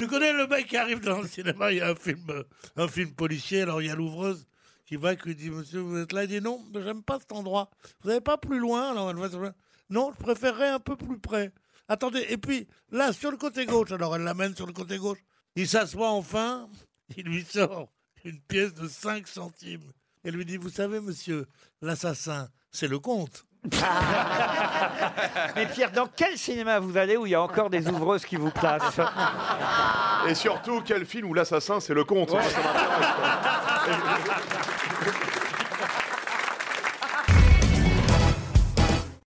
connais le mec qui arrive dans le cinéma, il y a un film policier, alors il y a l'ouvreuse qui va, qui lui dit, monsieur, vous êtes là? Il dit, non, j'aime pas cet endroit. Vous n'avez pas plus loin? Alors elle va, non, je préférerais un peu plus près. Attendez, et puis là, sur le côté gauche, alors elle l'amène sur le côté gauche. Il s'assoit enfin, il lui sort une pièce de 5 centimes. Elle lui dit, vous savez, monsieur, l'assassin, c'est le comte. Mais Pierre, dans quel cinéma vous allez où il y a encore des ouvreuses qui vous placent? Et surtout, quel film où l'assassin, c'est le comte. Moi, ça m'intéresse, quoi.